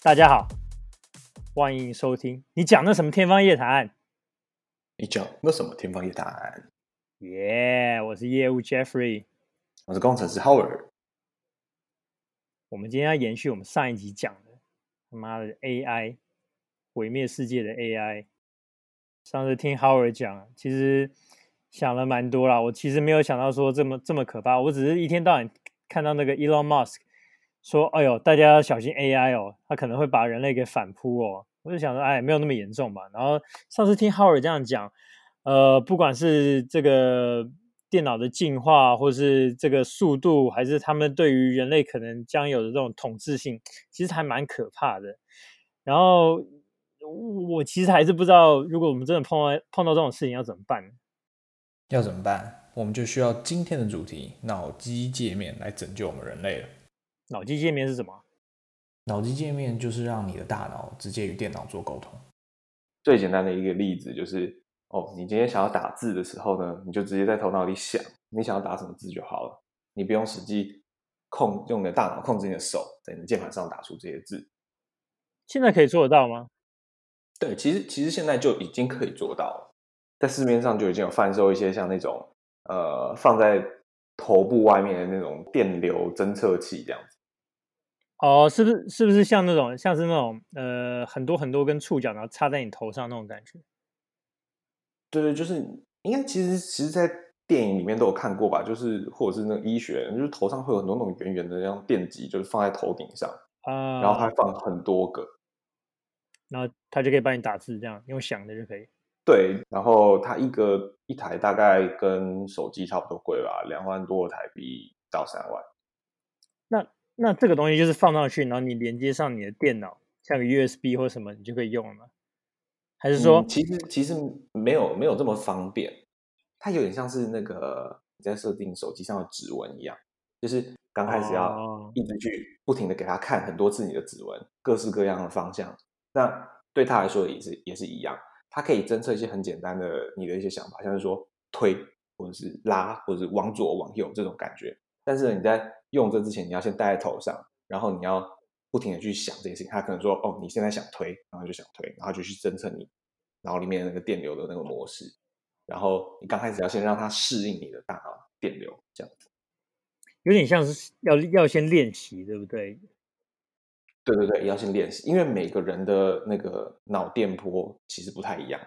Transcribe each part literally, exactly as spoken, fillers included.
大家好，欢迎收听。你讲那什么天方夜谭？ 你讲那什么天方夜谭？ 耶、yeah, 我是业务 Jeffrey， 我是工程师 Howard。 我们今天要延续我们上一集讲的他妈的 A I 毁灭世界的 A I。上次听 Howard 讲，其实想了蛮多啦。我其实没有想到说这么这么可怕，我只是一天到晚看到那个 Elon Musk 说，哎呦，大家要小心 A I 哦，他可能会把人类给反扑哦。我就想说，哎，没有那么严重吧。然后上次听 Howard 这样讲，呃，不管是这个电脑的进化，或是这个速度，还是他们对于人类可能将有的这种统治性，其实还蛮可怕的。然后我其实还是不知道，如果我们真的碰到碰到这种事情要怎么办？ 要怎么办？我们就需要今天的主题——脑机界面来拯救我们人类了。 脑机界面是什么？ 脑机界面就是让你的大脑直接与电脑做沟通。 最简单的一个例子就是，哦，你今天想要打字的时候呢，你就直接在头脑里想你想要打什么字就好了，你不用实际控用你的大脑控制你的手，在你的键盘上打出这些字。 现在可以做得到吗？ 对，其实其实现在就已经可以做到了，在市面上就已经有贩售一些像那种呃放在头部外面的那种电流侦测器这样子。 哦，是不是是不是像那种像是那种呃很多很多根触角，然后插在你头上那种感觉？ 对对，就是应该其实其实，在电影里面都有看过吧，就是或者是那个医学，就是头上会有很多那种圆圆的像电极，就是放在头顶上， 啊、 然后它放很多个， 然后他就可以帮你打字，这样用想的就可以。 对，然后它一个一台大概跟手机差不多贵吧，两万多台币到三万。 那那这个东西就是放上去，然后你连接上你的电脑，像个 U S B 或什么，你就可以用了吗？还是说， 嗯，其实其实没有没有这么方便，它有点像是那个你在设定手机上的指纹一样，就是刚开始要哦， 一直去不停的给他看很多次你的指纹，各式各样的方向。那对他来说也是也是一样，它可以侦测一些很简单的你的一些想法，像是说推或者是拉或者是往左往右这种感觉。但是你在用这之前，你要先戴在头上，然后你要不停的去想这些事情。他可能说，哦，你现在想推，然后就想推，然后就去侦测你脑里面那个电流的那个模式。然后你刚开始要先让它适应你的大脑电流，这样子。 有点像是要要先练习，对不对？ 对对对，要先练习，因为每个人的那个脑电波其实不太一样。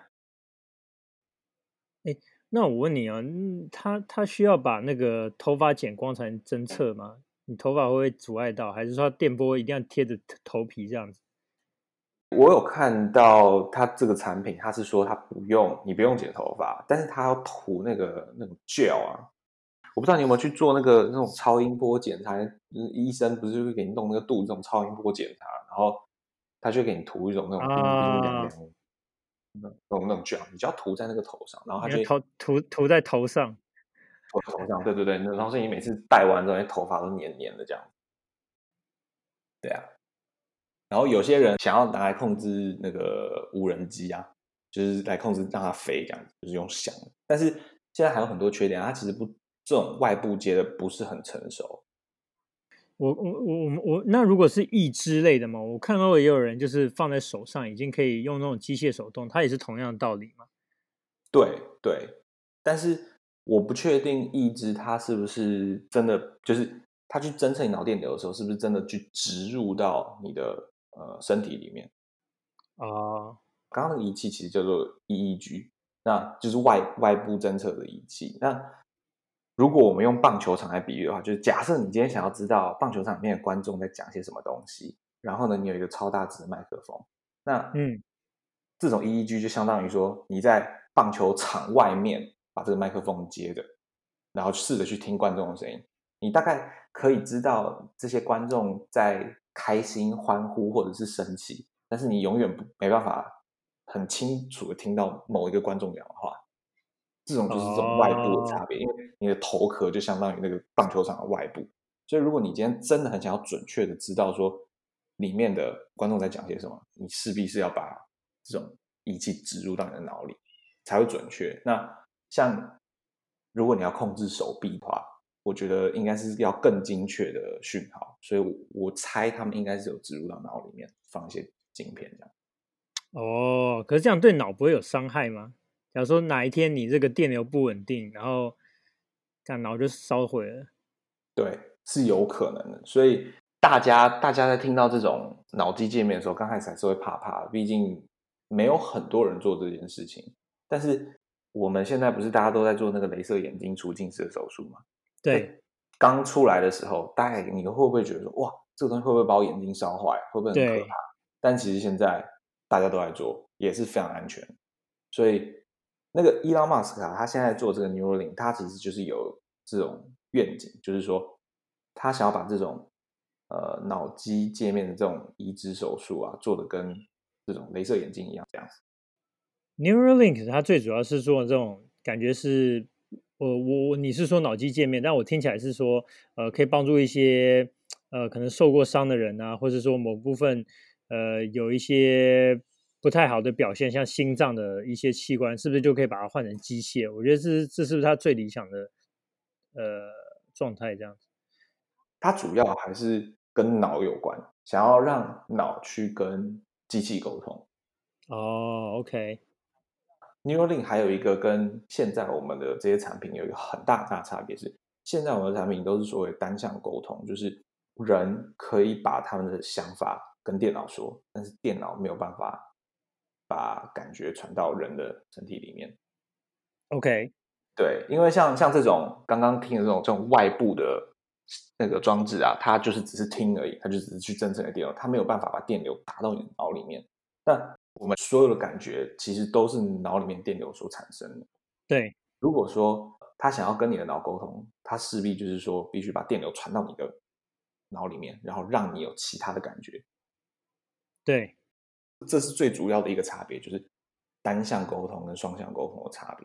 哎，那我问你啊，嗯他他需要把那个头发剪光才能侦测吗？你头发会不会阻碍到，还是说电波一定要贴着头皮这样子？ 我有看到它这个产品，它是说它不用你不用剪头发，但是它要涂那个那种 gel 啊。我不知道你有没有去做那个那种超音波检查，就是医生不是会给你弄那个肚子这种超音波检查，然后他就给你涂一种那种冰冰凉啊， 凉那种那种 gel，你只要涂在那个头上，然后他就会你要头涂涂在头上。 涂在头上，对对对，然后所以你每次戴完之后，头发都黏黏的这样。对啊，然后有些人想要拿来控制那个无人机啊，就是来控制让它飞这样子，就是用想的。但是现在还有很多缺点，它其实不这种外部接的不是很成熟。 我我我我我，那如果是义肢类的嘛，我看到也有人就是放在手上，已经可以用那种机械手动，它也是同样的道理嘛。 对对，但是我不确定义肢它是不是真的，就是它去侦测你脑电流的时候，是不是真的去植入到你的呃身体里面。 啊， 刚刚那个仪器其实叫做 E E G， 那就是外外部侦测的仪器。那如果我们用棒球场来比喻的话，就是假设你今天想要知道棒球场里面的观众在讲些什么东西，然后呢，你有一个超大只的麦克风，那嗯， 这种 E E G 就相当于说你在棒球场外面把这个麦克风接着，然后试着去听观众的声音，你大概可以知道这些观众在开心、欢呼或者是生气，但是你永远不没办法很清楚的听到某一个观众讲的话。这种就是这种外部的哦， 差别，因为你的头壳就相当于那个棒球场的外部，所以如果你今天真的很想要准确的知道说里面的观众在讲些什么，你势必是要把这种仪器植入到你的脑里才会准确。那像如果你要控制手臂的话，我觉得应该是要更精确的讯号，所以我我猜他们应该是有植入到脑里面。 放一些晶片这样。 哦，可是这样对脑不会有伤害吗？假如说哪一天你这个电流不稳定，然后这样脑就烧毁了。 对，是有可能的。所以大家大家在听到这种脑机界面的时候，刚开始还是会怕怕的，毕竟没有很多人做这件事情。但是我们现在不是大家都在做那个雷射眼睛除近视的手术吗？ 对， 刚出来的时候，大概你会不会觉得说，哇，这个东西会不会把我眼睛烧坏？会不会很可怕？但其实现在大家都在做，也是非常安全。所以那个 Elon Musk 啊，他现在做这个 Neuralink，他其实就是有这种愿景，就是说他想要把这种呃脑机界面的这种移植手术啊，做的跟这种雷射眼镜一样这样。 Neuralink 它最主要是做这种感觉是，我我你是说脑机界面，但我听起来是说，呃，可以帮助一些呃可能受过伤的人啊，或者说某部分呃有一些不太好的表现，像心脏的一些器官，是不是就可以把它换成机械？我觉得这这是不是它最理想的呃状态这样子？ 它主要还是跟脑有关，想要让脑去跟机器沟通。 哦，OK， Neuralink 还有一个跟现在我们的这些产品有一个很大很大的差别是，现在我们的产品都是所谓单向沟通，就是人可以把他们的想法跟电脑说，但是电脑没有办法把感觉传到人的身体里面。 OK， 对，因为像像这种刚刚听的这种这种外部的那个装置啊，它就是只是听而已，它就只是去侦测你的电流，它没有办法把电流打到你的脑里面。但我们所有的感觉其实都是脑里面电流所产生的。 对如果说他想要跟你的脑沟通，他势必就是说必须把电流传到你的脑里面，然后让你有其他的感觉。 对。 这是最主要的一个差别，就是单向沟通跟双向沟通的差别。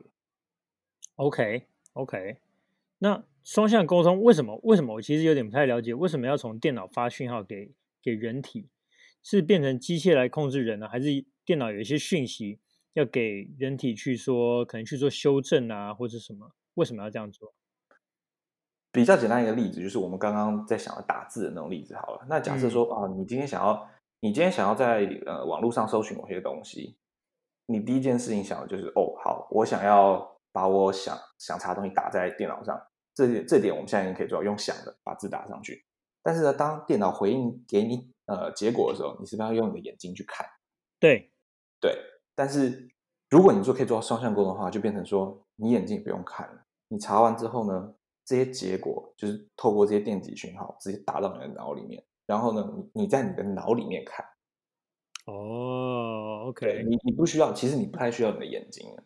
OK OK，那双向沟通为什么？为什么我其实有点不太了解，为什么要从电脑发讯号给给人体？是变成机械来控制人呢，还是电脑有一些讯息要给人体去说，可能去做修正啊，或者什么？为什么要这样做？ 比较简单一个例子，就是我们刚刚在想的打字的那种例子好了。那假设嗯， 说啊，你今天想要，你今天想要在呃网络上搜寻某些东西，你第一件事情想的就是哦，好，我想要把我想想查的东西打在电脑上。这这点我们现在已经可以做到，用想的把字打上去。但是呢，当电脑回应给你呃结果的时候，你是不是要用你的眼睛去看？ 对对。但是如果你做可以做到双向沟通的话，就变成说你眼睛也不用看了，你查完之后呢，这些结果就是透过这些电极讯号直接打到你的脑里面，然后呢，你你在你的脑里面看。 哦对， ，OK， 你你不需要，其实你不太需要你的眼睛了。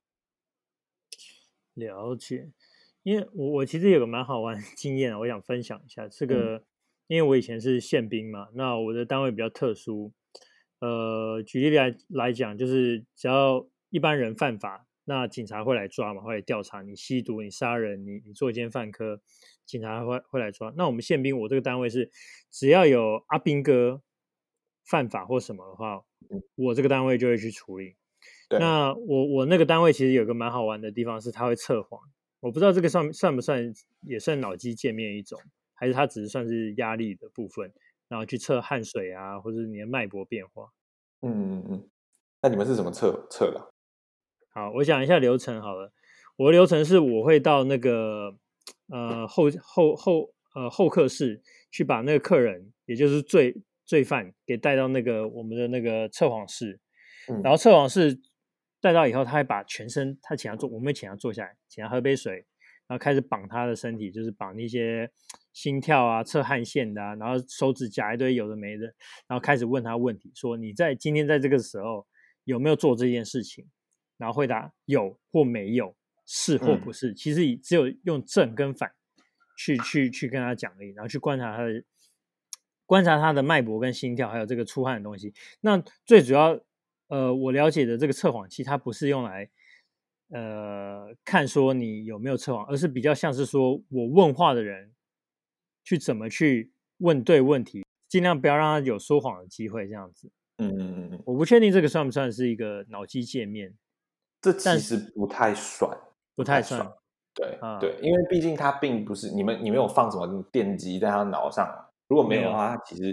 了解。因为我我其实有个蛮好玩的经验啊，我想分享一下。这嗯个，因为我以前是宪兵嘛，那我的单位比较特殊。呃，举例来来讲，就是只要一般人犯法，那警察会来抓嘛，会来调查你吸毒、你杀人、你你作奸犯科，警察会会来抓。那我们宪兵，我这个单位是，只要有阿兵哥犯法或什么的话， 嗯， 我这个单位就会去处理。 对。 那我我那个单位其实有个蛮好玩的地方是，它会测谎。我不知道这个算算不算也算脑机界面一种，还是它只是算是压力的部分，然后去测汗水啊，或者是你的脉搏变化。 嗯嗯嗯。那你们是怎么测测的啊？ 好，我讲一下流程好了。我的流程是我会到那个呃后后后呃候客室去把那个客人，也就是罪罪犯给带到那个我们的那个测谎室，然嗯后测谎室带到以后，他会把全身他请他坐，我们会请他坐下来，请他喝杯水，然后开始绑他的身体，就是绑那些心跳啊、测汗腺的啊，然后手指夹一堆有的没的，然后开始问他问题，说你在今天在这个时候有没有做这件事情？然后回答有或没有，是或不嗯是。其实只有用正跟反去去去跟他讲而已，然后去观察他的观察他的脉搏跟心跳，还有这个出汗的东西。那最主要，呃，我了解的这个测谎器，它不是用来呃看说你有没有测谎，而是比较像是说我问话的人去怎么去问对问题，尽量不要让他有说谎的机会，这样子。 嗯嗯嗯嗯。 我不确定这个算不算是一个脑机界面， 这其但是实不太算， 不不太算。 太算对啊。 对，因为毕竟它并不是你们你没有放什么电极在他脑上嘛，如果没有的没有， 话，它其实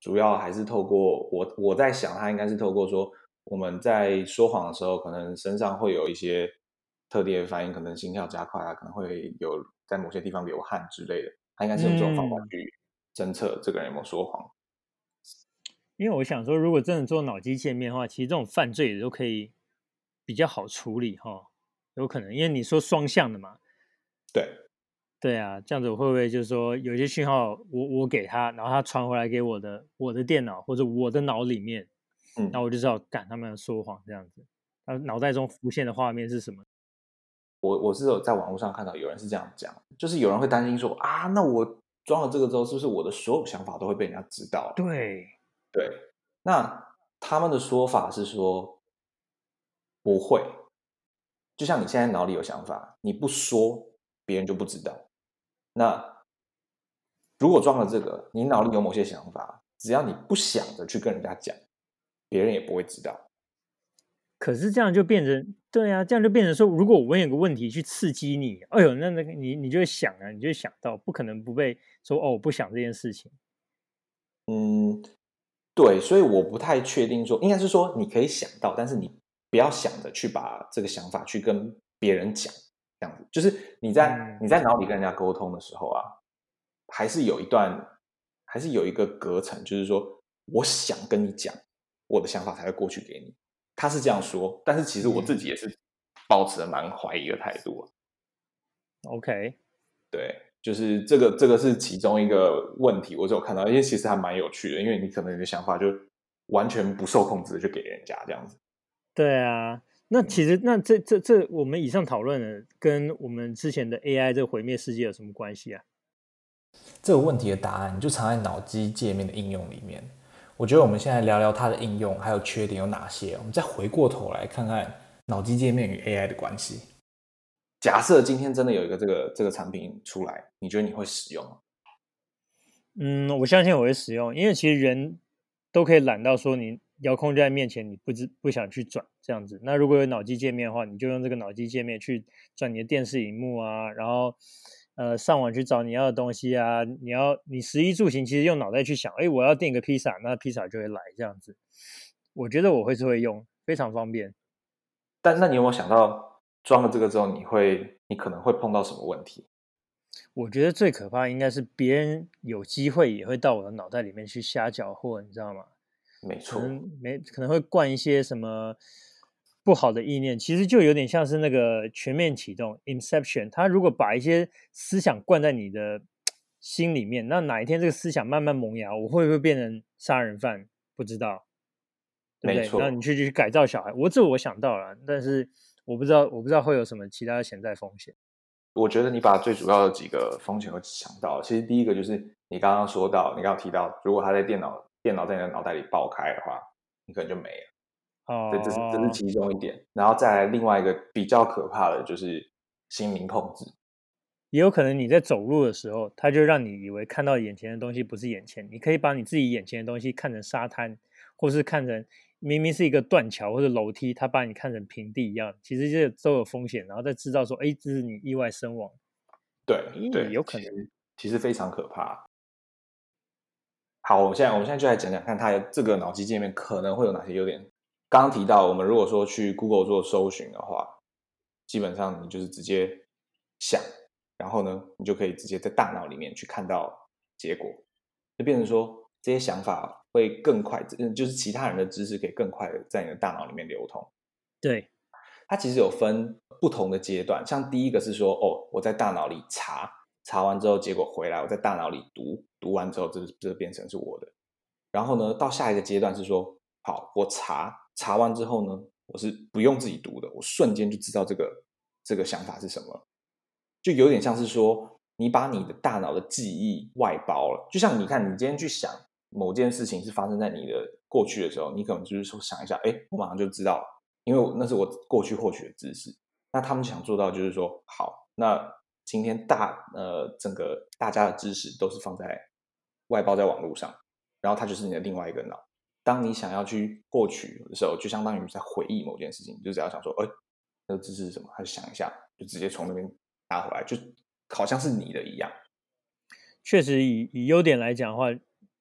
主要还是透过我我在想，它应该是透过说我们在说谎的时候，可能身上会有一些特别的反应，可能心跳加快啊，可能会有在某些地方流汗之类的，它应该是用这种方法嗯， 去侦测这个人有没有说谎。 因为我想说，如果真的做脑机界面的话，其实这种犯罪也都可以比较好处理哈，有可能，因为你说双向的嘛， 对， 对啊，这样子会不会就是说有一些讯号我我给他，然后他传回来给我的我的电脑或者我的脑里面，然后嗯， 我就知道赶他们说谎这样子，他脑袋中浮现的画面是什么？ 我我是有在网络上看到有人是这样讲，就是有人会担心说啊，那我装了这个之后，是不是我的所有想法都会被人家知道？ 对， 对，那他们的说法是说不会，就像你现在脑里有想法，你不说，别人就不知道。那如果装了这个，你脑里有某些想法，只要你不想着去跟人家讲，别人也不会知道。 可是这样就变成对啊，这样就变成说，如果我问有个问题去刺激你，哎呦，那那个你你就会想啊，你就会想到，不可能不被说哦，我不想这件事情。 嗯，对，所以我不太确定说，应该是说你可以想到，但是你不要想着去把这个想法去跟别人讲，这样子。就是你在嗯你在脑里跟人家沟通的时候啊，还是有一段，还是有一个隔层，就是说，我想跟你讲，我的想法才会过去给你。他是这样说，但是其实我自己嗯也是保持了蛮怀疑的态度啊。 ，OK， 对，就是这个这个是其中一个问题，我只有看到，因为其实还蛮有趣的，因为你可能你的想法就完全不受控制的就给人家这样子。 对啊。那嗯， 其实那这这这我们以上讨论的跟我们之前的 A I 这个毁灭世界有什么关系啊？ 这个问题的答案就藏在脑机界面的应用里面。我觉得我们现在聊聊它的应用还有缺点有哪些，我们再回过头来看看脑机界面与 A I 的关系。 假设今天真的有一个这个这个产品出来，你觉得你会使用吗？ 嗯，我相信我会使用，因为其实人都可以懒到说你遥控就在面前，你不知不想去转这样子。那如果有脑机界面的话，你就用这个脑机界面去转你的电视荧幕啊，然后呃上网去找你要的东西啊。你要你食衣住行，其实用脑袋去想，哎，我要订个披萨，那披萨就会来这样子。我觉得我会是会用，非常方便。 但那你有没有想到装了这个之后，你会你可能会碰到什么问题？ 我觉得最可怕应该是别人有机会也会到我的脑袋里面去瞎搅和，你知道吗？可没错， 能没可能会灌一些什么不好的意念，其实就有点像是那个全面启动 （Inception）。他如果把一些思想灌在你的心里面，那哪一天这个思想慢慢萌芽，我会不会变成杀人犯？不知道，对不对？然后没错。 你去去改造小孩，我这我想到了，但是我不知道，我不知道会有什么其他的潜在风险。 我觉得你把最主要的几个风险都想到了。其实第一个就是你刚刚说到，你刚刚提到，如果他在电脑电脑在你的脑袋里爆开的话，你可能就没了。对，这是这是哦， 其中一点。然后再来另外一个比较可怕的就是心灵控制。 也有可能你在走路的时候，它就让你以为看到眼前的东西不是眼前，你可以把你自己眼前的东西看成沙滩，或是看成明明是一个断桥或者楼梯，它把你看成平地一样，其实这都有风险，然后再制造说，哎，这是你意外身亡， 对咦， 对， 有可能。 其实其实非常可怕。好，我们现在我们现在就来讲讲看，它这个脑机界面可能会有哪些优点。刚刚提到，我们如果说去 Google 做搜寻的话，基本上你就是直接想，然后呢，你就可以直接在大脑里面去看到结果，就变成说这些想法会更快，嗯，就是其他人的知识可以更快的在你的大脑里面流通。 对， 它其实有分不同的阶段，像第一个是说，哦，我在大脑里查，查完之后结果回来，我在大脑里读，读完之后这这变成是我的。然后呢，到下一个阶段是说，好，我查查完之后呢，我是不用自己读的，我瞬间就知道这个这个想法是什么，就有点像是说，你把你的大脑的记忆外包了。就像你看，你今天去想某件事情是发生在你的过去的时候，你可能就是说想一下，哎，我马上就知道了，因为那是我过去获取的知识。那他们想做到就是说，好，那今天大呃整个大家的知识都是放在外包在网络上，然后它就是你的另外一个脑。当你想要去获取的时候，就相当于在回忆某件事情，就只要想说，哎，那个知识是什么，他就想一下，就直接从那边拿回来，就好像是你的一样。 确实以以优点来讲的话，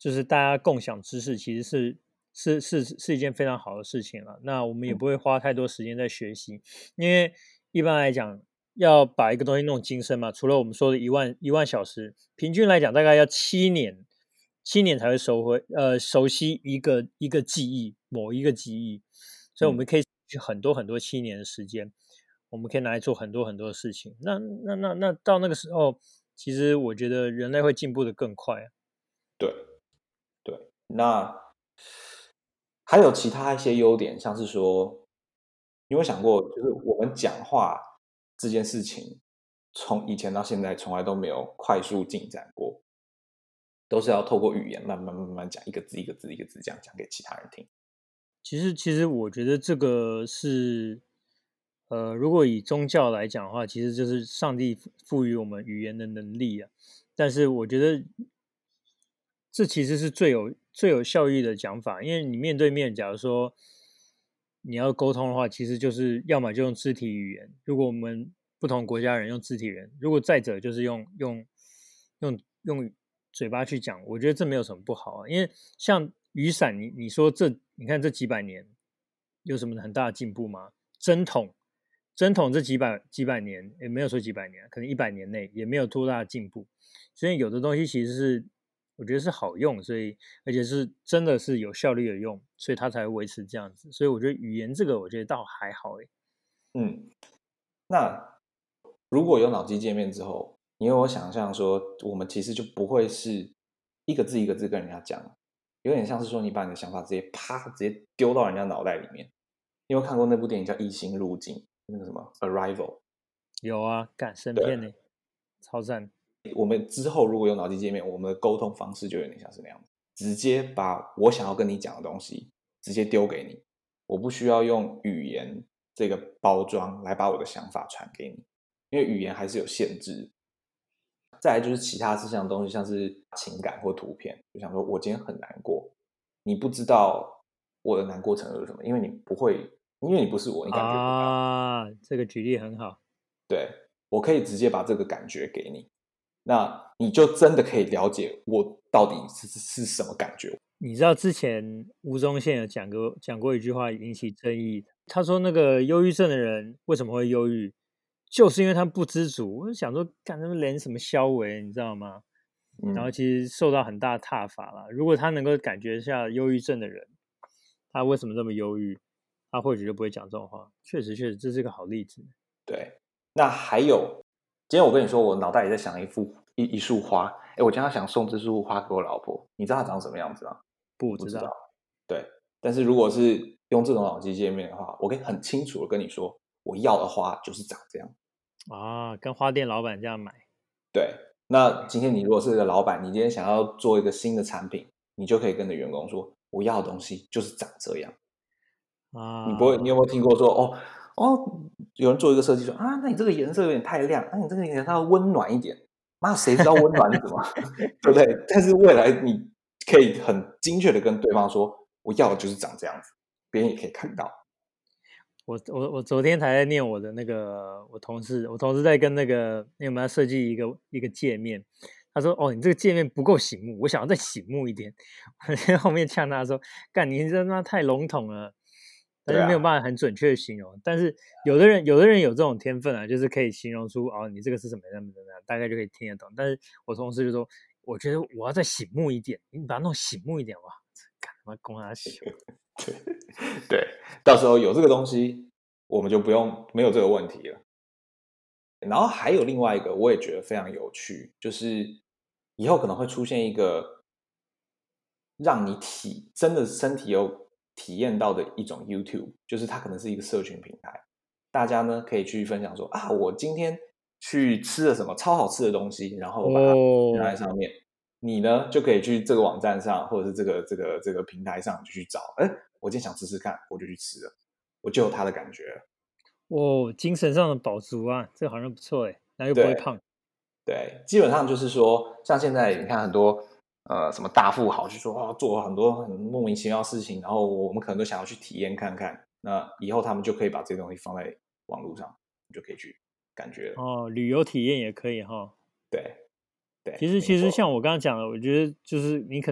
就是大家共享知识，其实是是是是一件非常好的事情了。那我们也不会花太多时间在学习，因为一般来讲，要把一个东西弄精深嘛，除了我们说的一万一万小时，平均来讲大概要七年，七年才会收回呃熟悉一个一个记忆，某一个记忆，所以我们可以去很多很多七年的时间，我们可以拿来做很多很多的事情。那那那那到那个时候，其实我觉得人类会进步的更快啊。 对对，那还有其他一些优点，像是说，你有没有想过，就是我们讲话这件事情，从以前到现在从来都没有快速进展过，都是要透过语言慢慢慢慢讲，一个字一个字一个字这样讲给其他人听。 其实，其实我觉得这个是，呃，如果以宗教来讲的话，其实就是上帝赋予我们语言的能力啊。但是我觉得这其实是最有最有效益的讲法，因为你面对面，假如说你要沟通的话，其实就是要么就用肢体语言，如果我们不同国家人用肢体语言，如果再者就是用用用用嘴巴去讲，我觉得这没有什么不好啊。因为像雨伞，你你说这你看这几百年有什么很大的进步吗？针筒，针筒这几百几百年也没有说几百年，可能一百年内也没有多大的进步。所以有的东西其实是我觉得是好用，所以而且是真的是有效率的用，所以它才会维持这样子。所以我觉得语言这个我觉得倒还好诶。 嗯，那如果有脑机界面之后，你有没有想象说，我们其实就不会是一个字一个字跟人家讲，有点像是说你把你的想法直接啪直接丢到人家脑袋里面。你有没有看过那部电影叫《异星入境》，那个什么《Arrival》？ 有啊，干神对， 片呢，超赞。 我们之后如果有脑机界面，我们的沟通方式就有点像是那样，直接把我想要跟你讲的东西直接丢给你，我不需要用语言这个包装来把我的想法传给你，因为语言还是有限制。再来就是其他事项的东西，像是情感或图片，就想说我今天很难过，你不知道我的难过程度是什么，因为你不会，因为你不是我，你感觉不到。 啊，这个举例很好。 对，我可以直接把这个感觉给你，那你就真的可以了解我到底是是什么感觉。 你知道之前吴宗宪有讲过讲过一句话引起争议，他说那个忧郁症的人为什么会忧郁，就是因为他不知足。我就想说，干他们人什么消为，你知道吗？然后嗯， 其实受到很大的挞伐了。如果他能够感觉一下忧郁症的人，他为什么这么忧郁，他或许就不会讲这种话。确实，确实这是个好例子。 对。那还有，今天我跟你说，我脑袋里在想一幅一一束花，哎，我今天想送这束花给我老婆，你知道它长什么样子吗？不知道。 不知道对，但是如果是用这种脑机界面的话，我可以很清楚的跟你说，我要的花就是长这样。 啊，跟花店老板这样买对，那今天你如果是个老板，你今天想要做一个新的产品，你就可以跟你的员工说，我要的东西就是长这样。你不会，你有啊， 没有听过说，哦哦，有人做一个设计说啊，那你这个颜色有点太亮，那你这个颜色要温暖一点。妈，谁知道温暖是什么，对不对？但是未来你可以很精确的跟对方说，我要的就是长这样子，别人也可以看到。 我我我昨天才在念我的那个我同事，我同事在跟那个因为我们要设计一个一个界面，他说哦你这个界面不够醒目，我想要再醒目一点。我在后面呛他说，干你这他妈太笼统了，但是没有对啊， 办法很准确的形容。但是有的人有的人有这种天分啊，就是可以形容出哦你这个是什么什么什么，大概就可以听得懂。但是我同事就说，我觉得我要再醒目一点，你把它弄醒目一点哇，干他妈供他小。 对对，到时候有这个东西，我们就不用没有这个问题了。然后还有另外一个，我也觉得非常有趣，就是以后可能会出现一个让你体真的身体有体验到的一种 YouTube，就是它可能是一个社群平台，大家呢可以去分享说啊，我今天去吃了什么超好吃的东西，然后把它放在哦， 上面。你呢就可以去这个网站上，或者是这个这个这个平台上就去找，哎，我今天想吃吃看，我就去吃了，我就有它的感觉了。 哦，精神上的饱足啊，这个好像不错诶，然后又不会对， 胖。 对，基本上就是说，像现在你看很多呃什么大富豪，就说哦做了很多很莫名其妙的事情，然后我们可能都想要去体验看看。那以后他们就可以把这些东西放在网络上，你就可以去感觉。 哦，旅游体验也可以哈。 对对， 其实其实没错。 像我刚刚讲的，我觉得就是你可能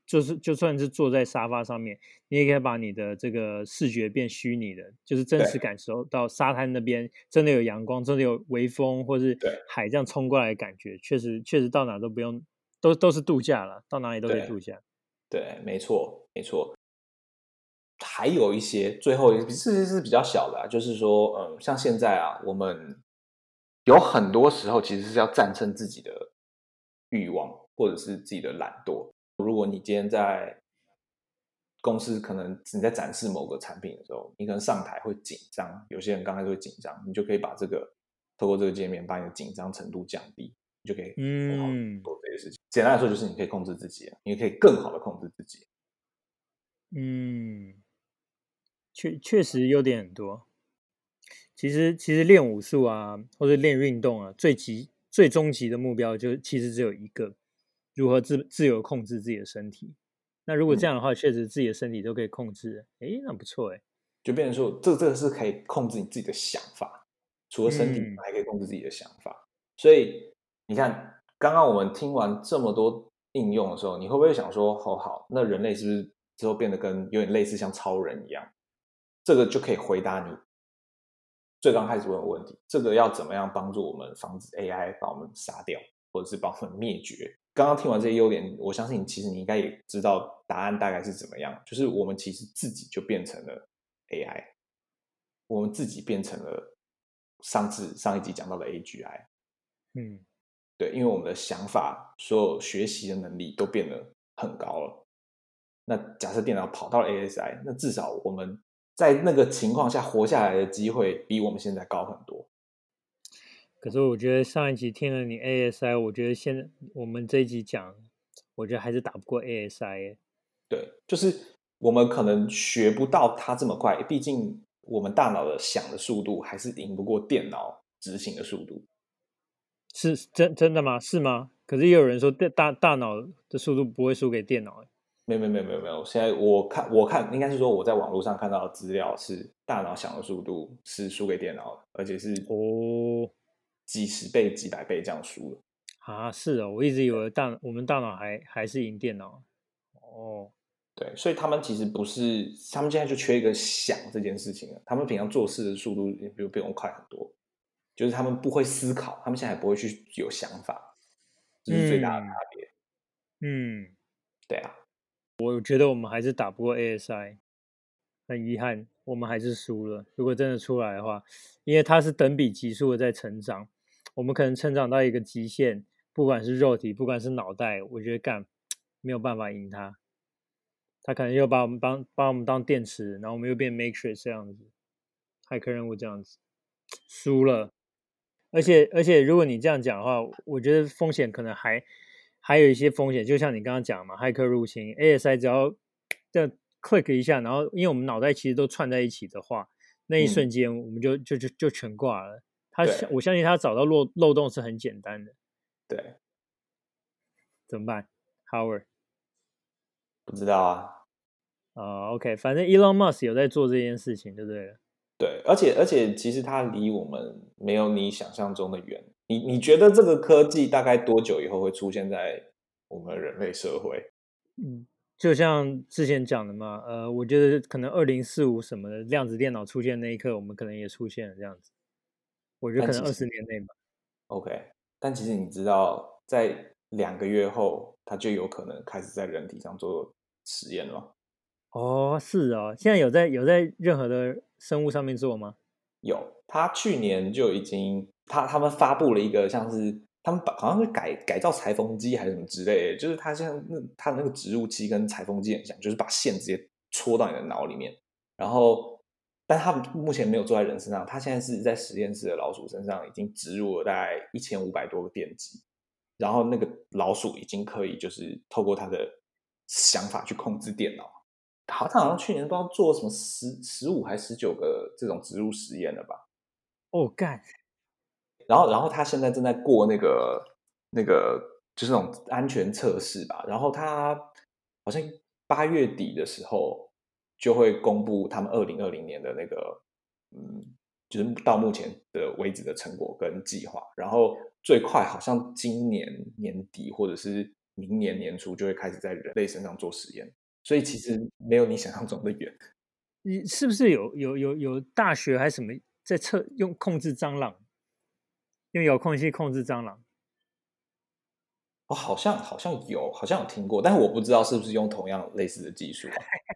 就是就算是坐在沙发上面，你也可以把你的这个视觉变虚拟的，就是真实感受到沙滩那边真的有阳光，真的有微风，或是对海这样冲过来的感觉，确实确实到哪都不用，都都是度假了，到哪里都可以度假。 对，没错没错。还有一些最后一个是是比较小的、啊，就是说，嗯，像现在啊，我们有很多时候其实是要战胜自己的欲望，或者是自己的懒惰。如果你今天在公司，可能你在展示某个产品的时候，你可能上台会紧张，有些人刚开始会紧张，你就可以把这个透过这个界面把你的紧张程度降低，你就可以很好的嗯做这些事情。简单来说，就是你可以控制自己，你可以更好的控制自己。 嗯，确确实优点很多。其实其实练武术啊，或者练运动啊，最极最终极的目标就其实只有一个，如何自自由控制自己的身体。那如果这嗯， 样的话，确实自己的身体都可以控制，诶，那不错诶。 就变成说，这这个是可以控制你自己的想法，除了身体， 嗯， 还可以控制自己的想法。所以你看，刚刚我们听完这么多应用的时候，你会不会想说，哦好，那人类是不是之后变得跟有点类似像超人一样？这个就可以回答你最刚开始问的问题，这个要怎么样帮助我们防止 A I 把我们杀掉，或者是把我们灭绝？刚刚听完这些优点，我相信其实你应该也知道答案大概是怎么样，就是我们其实自己就变成了 A I，我们自己变成了上次上一集讲到的 A G I。 嗯， 对，因为我们的想法，所有学习的能力都变得很高了。那假设电脑跑到了 A S I，那至少我们在那个情况下活下来的机会比我们现在高很多。 可是我觉得上一集听了你 A S I，我觉得现在我们这一集讲，我觉得还是打不过 A S I 耶。 对，就是我们可能学不到它这么快，毕竟我们大脑的想的速度还是赢不过电脑执行的速度。 是真真的吗？是吗？可是也有人说大大大脑的速度不会输给电脑耶。 没有没有没有没有没有，现在我看我看应该是说我在网络上看到的资料是大脑想的速度是输给电脑的，而且是哦， 几十倍、几百倍这样输的。 啊，是哦，我一直以为大我们大脑还还是赢电脑。哦， 对，所以他们其实不是，他们现在就缺一个想这件事情了。他们平常做事的速度也比比我们快很多，就是他们不会思考，他们现在也不会去有想法，这是最大的差嗯别。 嗯， 对啊， 我觉得我们还是打不过 A S I，很遗憾，我们还是输了。如果真的出来的话，因为它是等比级数的在成长，我们可能成长到一个极限，不管是肉体，不管是脑袋，我觉得干没有办法赢它。它可能又把我们当把我们当电池，然后我们又变 Matrix 这样子，骇客任务这样子，输了。而且而且，如果你这样讲的话，我觉得风险可能还还有一些风险，就像你刚刚讲嘛，骇客入侵，A S I 只要这样 click 一下，然后因为我们脑袋其实都串在一起的话，那一瞬嗯， 间我们就就就就全挂了。他对我相信他找到漏漏洞是很简单的， 对， 怎么办？Howard 不知道啊。 啊、o k 反正 Elon Musk 有在做这件事情，对不对了？ 对，而且而且，其实它离我们没有你想象中的远。你你觉得这个科技大概多久以后会出现在我们人类社会？ 嗯，就像之前讲的嘛，呃，我觉得可能二零四五什么的量子电脑出现那一刻，我们可能也出现了这样子。我觉得可能二但其实十年内吧。 OK，但其实你知道，在两个月后，它就有可能开始在人体上做实验了。 哦，是哦，现在有在有在任何的生物上面做吗？ 有，他去年就已经，他他们发布了一个像是他们把好像是改改造裁缝机还是什么之类的，就是他像那他那个植入器跟裁缝机很像，就是把线直接戳到你的脑里面，然后，但他们目前没有做在人身上，他现在是在实验室的老鼠身上已经植入了大概一千五百多个电极，然后那个老鼠已经可以就是透过它的想法去控制电脑。好，他好像去年不知道做什么十十五还十九个这种植入实验了吧？ 哦，干， 然后，然后他现在正在过那个那个就是那种安全测试吧。然后他好像八月底的时候就会公布他们二零二零年的那个嗯，就是到目前的为止的成果跟计划。然后最快好像今年年底或者是明年年初就会开始在人类身上做实验，所以其实没有你想象中的远。 你是不是有有有有大学还是什么在测用控制蟑螂，用遥控器控制蟑螂？ 哦，好像好像有，好像有听过，但是我不知道是不是用同样类似的技术啊。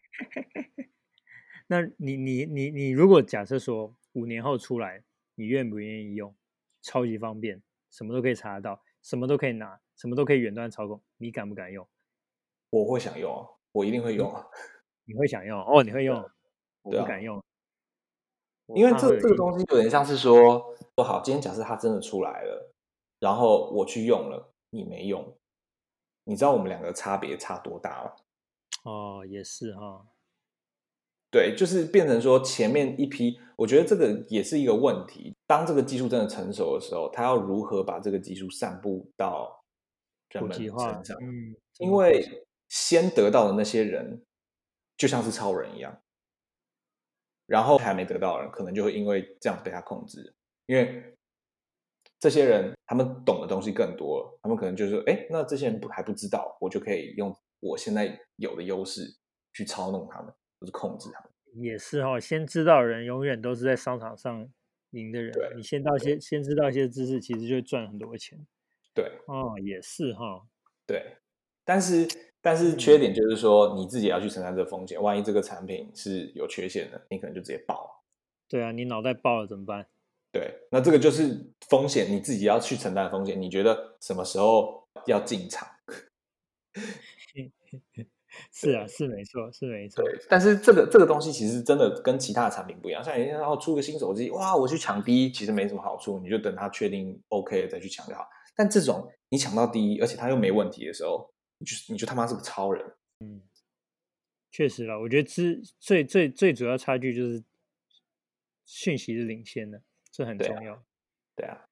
那你你你你如果假设说五年后出来，你愿不愿意用？超级方便，什么都可以查得到，什么都可以拿，什么都可以远端操控，你敢不敢用？ 我会想用啊，我一定会用啊。 你会想用哦？你会用？我对啊， 不敢用， 因为这这个怕会有阴东西有点像是说，说好，今天假设它真的出来了，然后我去用了，你没用，你知道我们两个差别差多大吗？ 哦，也是哈。 对，就是变成说前面一批，我觉得这个也是一个问题。当这个技术真的成熟的时候，它要如何把这个技术散布到人们普及化， 身上？ 嗯，怎因么普及？ 为先得到的那些人，就像是超人一样，然后还没得到的人，可能就会因为这样被他控制，因为这些人他们懂的东西更多了，他们可能就是说，哎，那这些人不还不知道，我就可以用我现在有的优势去操弄他们，或是控制他们。 也是哈、哦，先知道的人永远都是在商场上赢的人。 对你先到些先知道一些知识，其实就会赚很多钱。 对哦，也是哈、哦。 对，但是但是缺点就是说，你自己要去承担这个风险，万一这个产品是有缺陷的，你可能就直接爆。 对啊，你脑袋爆了怎么办？ 对，那这个就是风险，你自己要去承担的风险。你觉得什么时候要进场？ 是啊，是没错，是没错。 对，但是这个这个东西其实真的跟其他的产品不一样。像人家要出个新手机，哇，我去抢第一，其实没什么好处，你就等它确定 OK 了再去抢就好。但这种你抢到第一，而且它又没问题的时候，你就你就他妈是个超人。 确实啦，我觉得之最最最主要差距就是讯息是领先的，这很对啊重要。 对啊，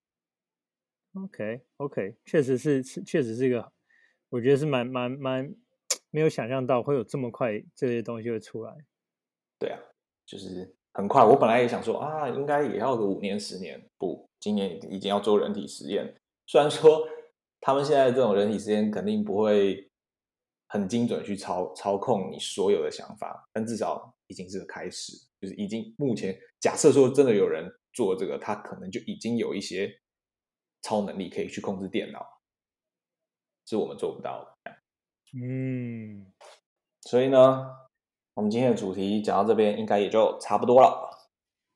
OK OK，确实是是确实是一个，我觉得是蛮蛮蛮没有想象到会有这么快这些东西会出来。 对啊，就是很快。我本来也想说啊，应该也要个五年十年，不，今年已经要做人体实验。虽然说他们现在这种人体实验肯定不会很精准去操操控你所有的想法，但至少已经是个开始。就是已经目前假设说真的有人做这个，他可能就已经有一些超能力可以去控制电脑，是我们做不到的。 嗯， 所以呢，我们今天的主题讲到这边，应该也就差不多了。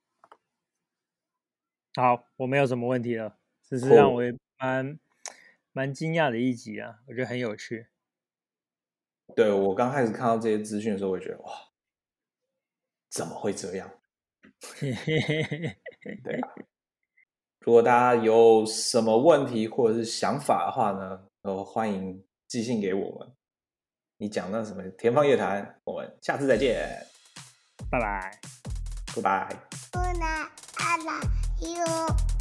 好，我没有什么问题了，这是 Cool 让我也蛮蛮惊讶的一集啊，我觉得很有趣。 对，我刚开始看到这些资讯的时候，我也觉得哇，怎么会这样？对啊，如果大家有什么问题或者是想法的话呢，都欢迎寄信给我们。你讲那什么天方夜谭，我们下次再见， 拜拜。 拜拜。 Una a la you.